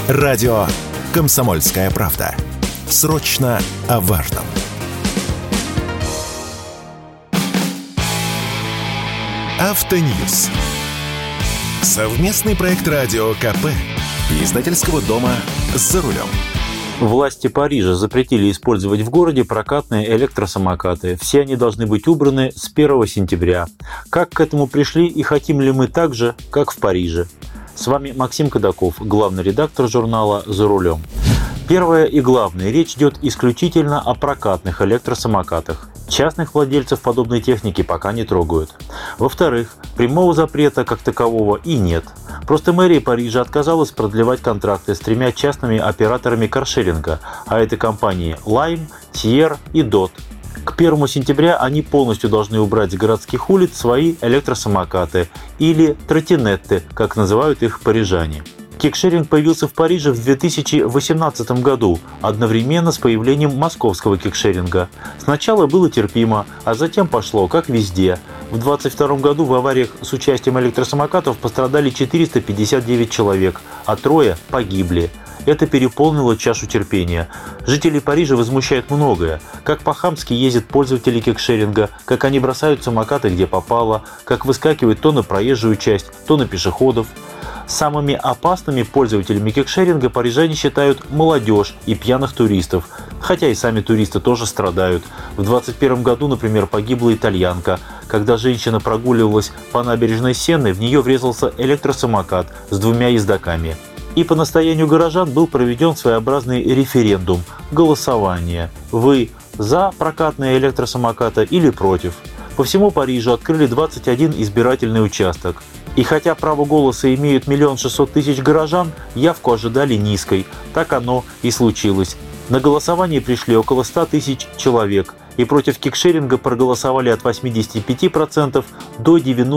Радио «Комсомольская правда». Срочно о важном. Автоньюз. Совместный проект Радио КП и издательского дома «За рулем». Власти Парижа запретили использовать в городе прокатные электросамокаты. Все они должны быть убраны с 1 сентября. Как к этому пришли и хотим ли мы так же, как в Париже? С вами Максим Кадаков, главный редактор журнала «За рулем». Первое и главное, речь идет исключительно о прокатных электросамокатах. Частных владельцев подобной техники пока не трогают. Во-вторых, прямого запрета как такового и нет. Просто мэрия Парижа отказалась продлевать контракты с 3 частными операторами каршеринга, а это компании Lime, Tier и Dot. К 1 сентября они полностью должны убрать с городских улиц свои электросамокаты или тротинетты, как называют их парижане. Кикшеринг появился в Париже в 2018 году, одновременно с появлением московского кикшеринга. Сначала было терпимо, а затем пошло, как везде. В 2022 году в авариях с участием электросамокатов пострадали 459 человек, а 3 погибли. Это переполнило чашу терпения. Жителей Парижа возмущает многое. Как по-хамски ездят пользователи кикшеринга, как они бросают самокаты где попало, как выскакивают то на проезжую часть, то на пешеходов. Самыми опасными пользователями кикшеринга парижане считают молодежь и пьяных туристов, хотя и сами туристы тоже страдают. В 2021 году, например, погибла итальянка. Когда женщина прогуливалась по набережной Сены, в нее врезался электросамокат с 2 ездоками. И по настоянию горожан был проведен своеобразный референдум, голосование. Вы за прокатные электросамокаты или против? По всему Парижу открыли 21 избирательный участок. И хотя право голоса имеют 1 600 000 горожан, явку ожидали низкой. Так оно и случилось. На голосование пришли около 100 000 человек. И против кикшеринга проголосовали от 85% до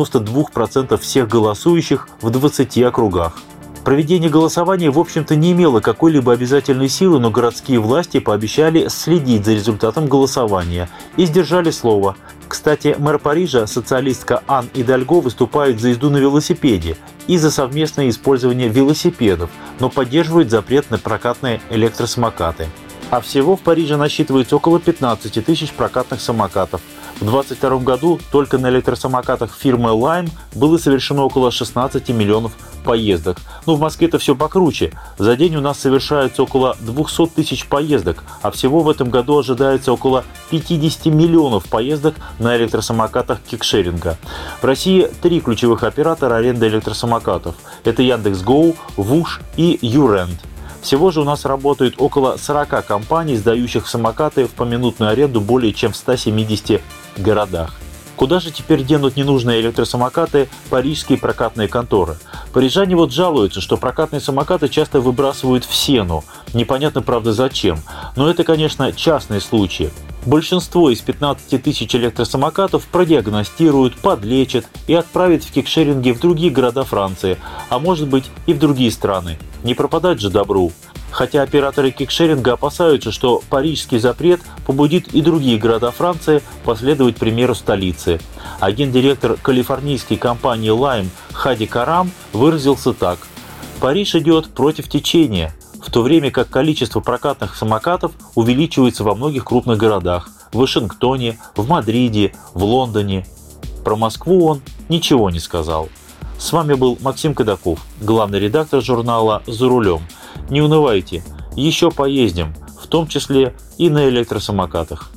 92% всех голосующих в 20 округах. Проведение голосования, в общем-то, не имело какой-либо обязательной силы, но городские власти пообещали следить за результатом голосования и сдержали слово. Кстати, мэр Парижа, социалистка Ан Идальго, выступает за езду на велосипеде и за совместное использование велосипедов, но поддерживает запрет на прокатные электросамокаты. А всего в Париже насчитывается около 15 000 прокатных самокатов. В 2022 году только на электросамокатах фирмы Lime было совершено около 16 миллионов поездок. Но в Москве это все покруче. За день у нас совершается около 200 000 поездок, а всего в этом году ожидается около 50 миллионов поездок на электросамокатах кикшеринга. В России 3 ключевых оператора аренды электросамокатов. Это Яндекс.Гоу, Вуш и Юрент. Всего же у нас работает около 40 компаний, сдающих самокаты в поминутную аренду более чем в 170 городах. Куда же теперь денут ненужные электросамокаты парижские прокатные конторы? Парижане вот жалуются, что прокатные самокаты часто выбрасывают в Сену. Непонятно, правда, зачем. Но это, конечно, частные случаи. Большинство из 15 000 электросамокатов продиагностируют, подлечат и отправят в кикшеринге в другие города Франции, а может быть и в другие страны. Не пропадать же добру. Хотя операторы кикшеринга опасаются, что парижский запрет побудит и другие города Франции последовать примеру столицы. А гендиректор калифорнийской компании Lime Хади Карам выразился так: «Париж идет против течения, в то время как количество прокатных самокатов увеличивается во многих крупных городах – в Вашингтоне, в Мадриде, в Лондоне». Про Москву он ничего не сказал. С вами был Максим Кадаков, главный редактор журнала «За рулем». Не унывайте, еще поездим, в том числе и на электросамокатах.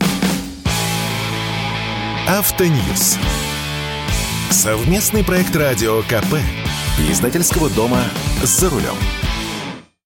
Автоньюз. Совместный проект Радио КП и издательского дома «За рулем».